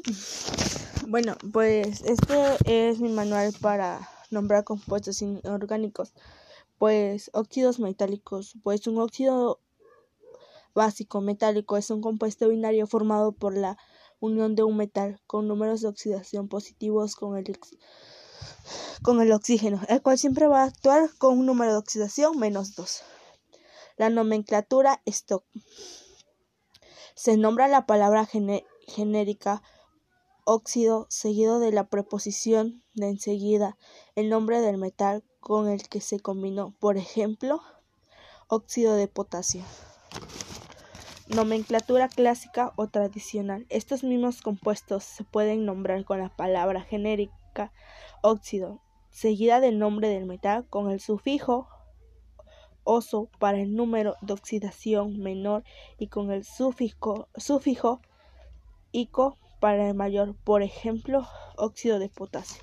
Bueno, pues este es mi manual para nombrar compuestos inorgánicos. Pues óxidos metálicos, pues un óxido básico metálico es un compuesto binario formado por la unión de un metal con números de oxidación positivos con el oxígeno, el cual siempre va a actuar con un número de oxidación -2. La nomenclatura Stock. Se nombra la palabra genérica óxido seguido de la preposición de enseguida el nombre del metal con el que se combinó, por ejemplo, óxido de potasio. Nomenclatura clásica o tradicional. Estos mismos compuestos se pueden nombrar con la palabra genérica óxido seguida del nombre del metal con el sufijo oso para el número de oxidación menor y con el sufijo ico para el mayor, por ejemplo, óxido de potasio.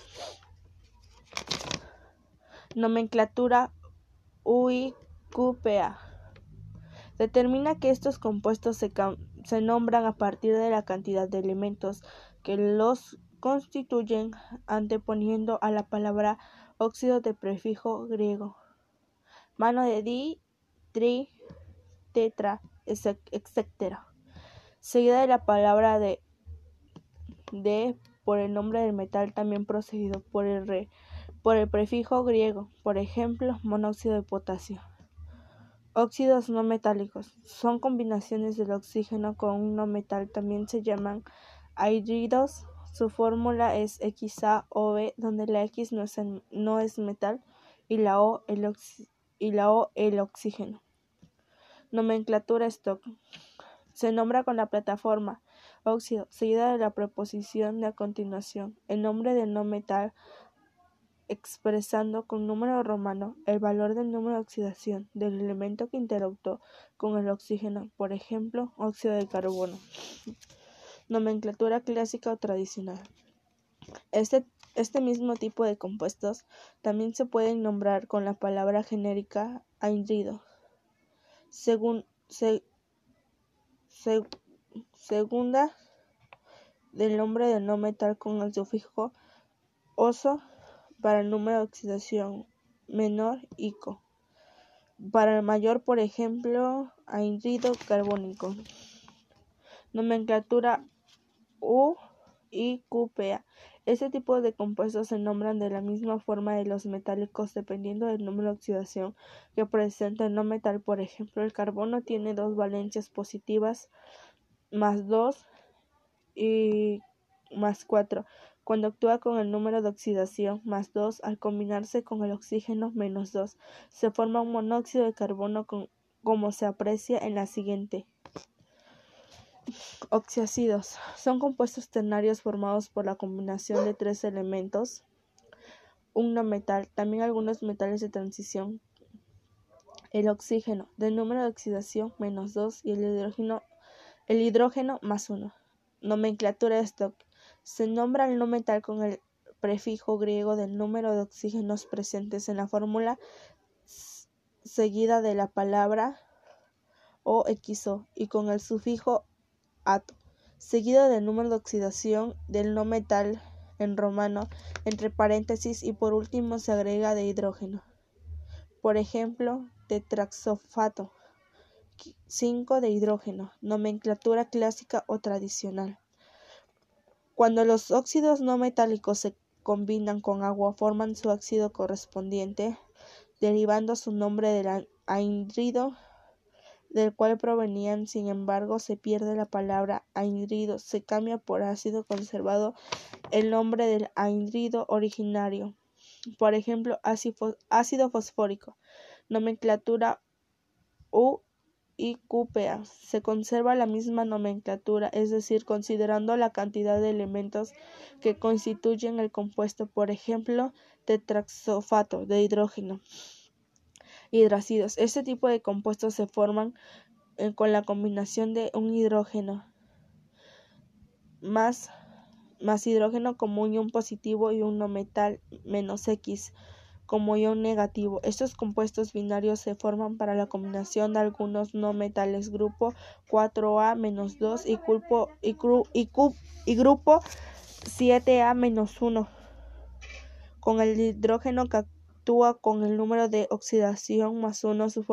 Nomenclatura UIQPA. Determina que estos compuestos se nombran a partir de la cantidad de elementos que los constituyen, anteponiendo a la palabra óxido de prefijo griego, mano de di, tri, tetra, etc., seguida de la palabra de por el nombre del metal también procedido por el prefijo griego, por ejemplo, monóxido de potasio. Óxidos no metálicos son combinaciones del oxígeno con un no metal, también se llaman anhídridos. Su fórmula es XaOB, donde la X no es metal y la O el oxígeno. Nomenclatura Stock. Se nombra con la plataforma óxido, seguida de la preposición de a continuación, el nombre del no metal, expresando con número romano el valor del número de oxidación del elemento que interactuó con el oxígeno, por ejemplo, óxido de carbono. Nomenclatura clásica o tradicional. Este mismo tipo de compuestos también se pueden nombrar con la palabra genérica anhídrido, segunda del nombre del no metal con el sufijo oso para el número de oxidación menor ico. Para el mayor, por ejemplo, anhídrido carbónico. Nomenclatura UIQPA. Este tipo de compuestos se nombran de la misma forma de los metálicos dependiendo del número de oxidación que presenta el no metal. Por ejemplo, el carbono tiene 2 valencias positivas +2 y +4. Cuando actúa con el número de oxidación +2, al combinarse con el oxígeno -2, se forma un monóxido de carbono como se aprecia en la siguiente. Oxiácidos son compuestos ternarios formados por la combinación de 3 elementos, un no metal, también algunos metales de transición, el oxígeno, del número de oxidación -2 y el hidrógeno +1. Nomenclatura Stock. Se nombra el no metal con el prefijo griego del número de oxígenos presentes en la fórmula seguida de la palabra OXO y con el sufijo ato, seguido del número de oxidación del no metal en romano, entre paréntesis, y por último se agrega de hidrógeno. Por ejemplo, tetraxofato 5 de hidrógeno. Nomenclatura clásica o tradicional. Cuando los óxidos no metálicos se combinan con agua, forman su ácido correspondiente, derivando su nombre del anhídrido del cual provenían. Sin embargo, se pierde la palabra anhídrido, se cambia por ácido conservado el nombre del anhídrido originario. Por ejemplo, ácido fosfórico. Nomenclatura UIQPA. Se conserva la misma nomenclatura, es decir, considerando la cantidad de elementos que constituyen el compuesto. Por ejemplo, tetraxofato de hidrógeno. Hidrácidos. Este tipo de compuestos se forman con la combinación de un hidrógeno más hidrógeno como unión positivo y un no metal -X como ion negativo. Estos compuestos binarios se forman para la combinación de algunos no metales grupo 4A-2 y grupo 7A-1 con el hidrógeno que actúa con el número de oxidación +1. Su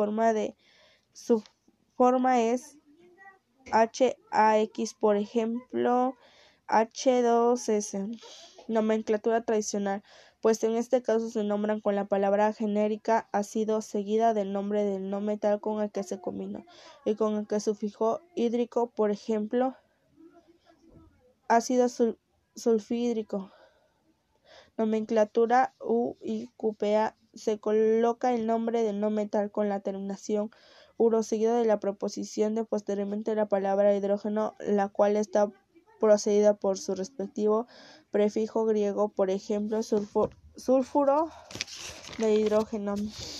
forma es HAX, por ejemplo, H2S. Nomenclatura tradicional, pues en este caso se nombran con la palabra genérica ácido seguida del nombre del no metal con el que se combinó y con el que sufijo hídrico, por ejemplo, ácido sulfhídrico. Nomenclatura UIQPA, se coloca el nombre del no metal con la terminación uro seguido de la preposición de posteriormente la palabra hidrógeno, la cual está procedida por su respectivo prefijo griego, por ejemplo, sulfuro de hidrógeno.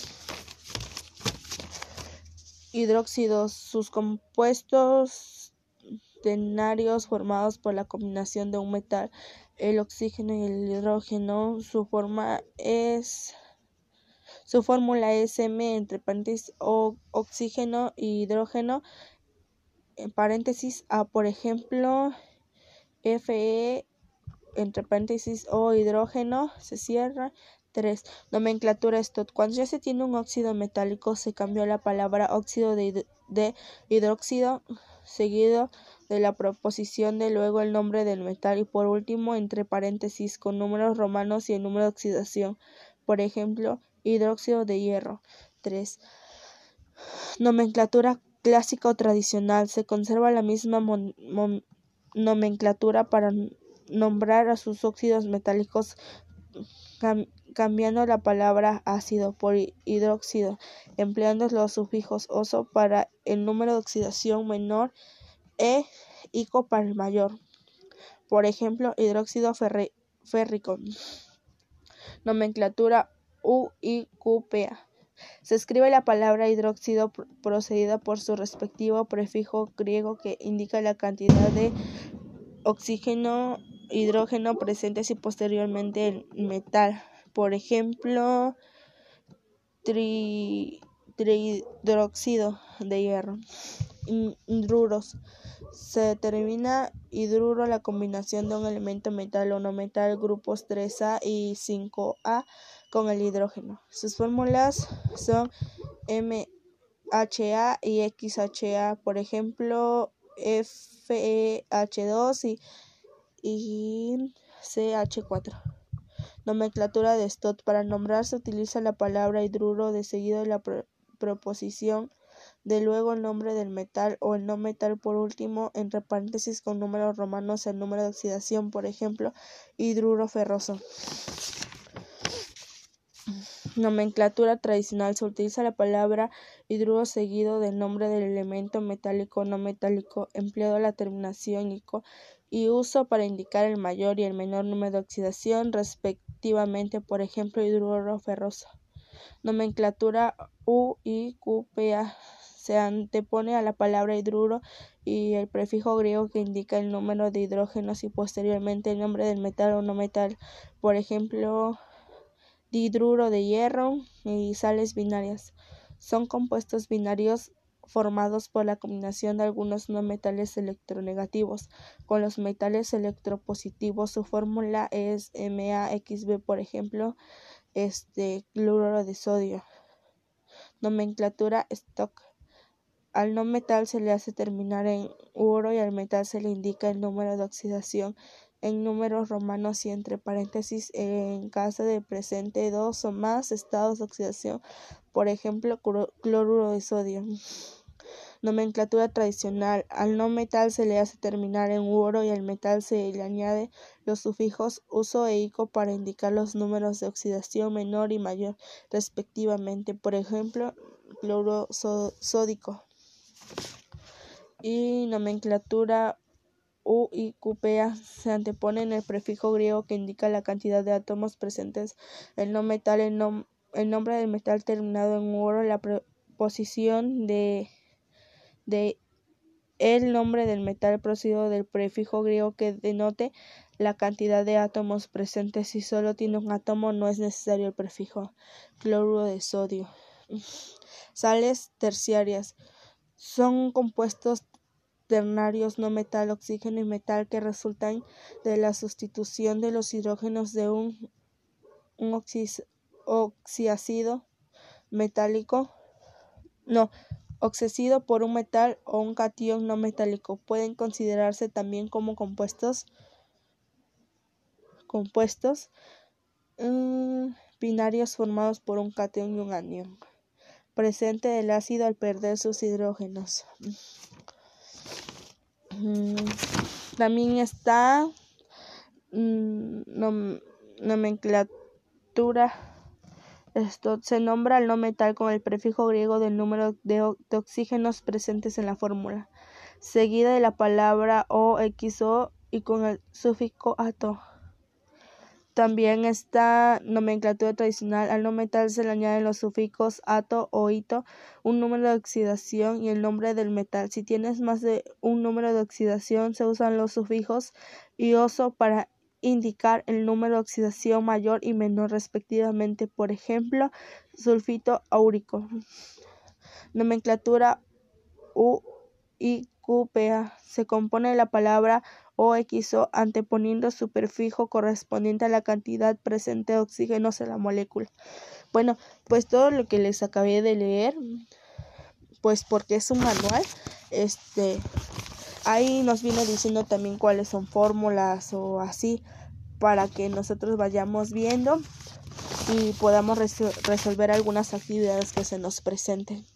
Hidróxidos, sus compuestos ternarios formados por la combinación de un metal, el oxígeno y el hidrógeno. Su fórmula es M entre paréntesis oxígeno y hidrógeno en paréntesis A, por ejemplo, Fe entre paréntesis o hidrógeno se cierra. 3. Nomenclatura Stott. Cuando ya se tiene un óxido metálico, se cambió la palabra óxido de hidróxido seguido de la proposición de luego el nombre del metal y por último entre paréntesis con números romanos y el número de oxidación, por ejemplo, hidróxido de hierro. 3. Nomenclatura clásica o tradicional. Se conserva la misma nomenclatura para nombrar a sus óxidos metálicos, cambiando la palabra ácido por hidróxido, empleando los sufijos oso para el número de oxidación menor e ico para el mayor. Por ejemplo, hidróxido férrico. Nomenclatura UIQPA. Se escribe la palabra hidróxido procedida por su respectivo prefijo griego que indica la cantidad de oxígeno, hidrógeno presentes y posteriormente el metal. Por ejemplo, trihidróxido de hierro. Hidruros. Se determina hidruro la combinación de un elemento metal o no metal grupos 3A y 5A con el hidrógeno. Sus fórmulas son MHA y XHA, por ejemplo, FeH2 y CH4. Nomenclatura de Stott. Para nombrar se utiliza la palabra hidruro de seguido de la proposición de luego el nombre del metal o el no metal por último entre paréntesis con números romanos el número de oxidación, por ejemplo, hidruro ferroso. Nomenclatura tradicional. Se utiliza la palabra hidruro seguido del nombre del elemento metálico o no metálico, empleado la terminación ico y uso para indicar el mayor y el menor número de oxidación respectivamente, por ejemplo, hidruro ferroso. Nomenclatura UIQPA. Se antepone a la palabra hidruro y el prefijo griego que indica el número de hidrógenos y posteriormente el nombre del metal o no metal, por ejemplo, dihidruro de hierro y sales binarias. Son compuestos binarios formados por la combinación de algunos no metales electronegativos con los metales electropositivos. Su fórmula es MaXB, por ejemplo, cloruro de sodio. Nomenclatura Stott. Al no metal se le hace terminar en uro y al metal se le indica el número de oxidación en números romanos y entre paréntesis en caso de presente dos o más estados de oxidación, por ejemplo, cloruro de sodio. Nomenclatura tradicional. Al no metal se le hace terminar en uro y al metal se le añade los sufijos uso e ico para indicar los números de oxidación menor y mayor respectivamente, por ejemplo, cloruro sódico. Y nomenclatura UIQPA. Se antepone en el prefijo griego que indica la cantidad de átomos presentes el no metal, el nombre del metal terminado en uro, la preposición de el nombre del metal procedido del prefijo griego que denote la cantidad de átomos presentes. Si solo tiene un átomo, no es necesario el prefijo. Cloruro de sodio. Sales terciarias. Son compuestos ternarios no metal, oxígeno y metal que resultan de la sustitución de los hidrógenos de un oxiácido metálico. Oxidado por un metal o un catión no metálico. Pueden considerarse también como compuestos binarios formados por un catión y un anión presente del ácido al perder sus hidrógenos. También está nomenclatura. Esto se nombra al no metal con el prefijo griego del número de oxígenos presentes en la fórmula, seguida de la palabra o, XO y con el sufijo ato. También está nomenclatura tradicional. Al no metal se le añaden los sufijos ato o ito, un número de oxidación y el nombre del metal. Si tienes más de un número de oxidación, se usan los sufijos ioso para indicar el número de oxidación mayor y menor respectivamente. Por ejemplo, sulfito áurico. Nomenclatura UIQPA. Se compone de la palabra OXO anteponiendo su prefijo correspondiente a la cantidad presente de oxígenos en la molécula. Bueno, pues todo lo que les acabé de leer, pues porque es un manual, ahí nos viene diciendo también cuáles son fórmulas o así, para que nosotros vayamos viendo y podamos resolver algunas actividades que se nos presenten.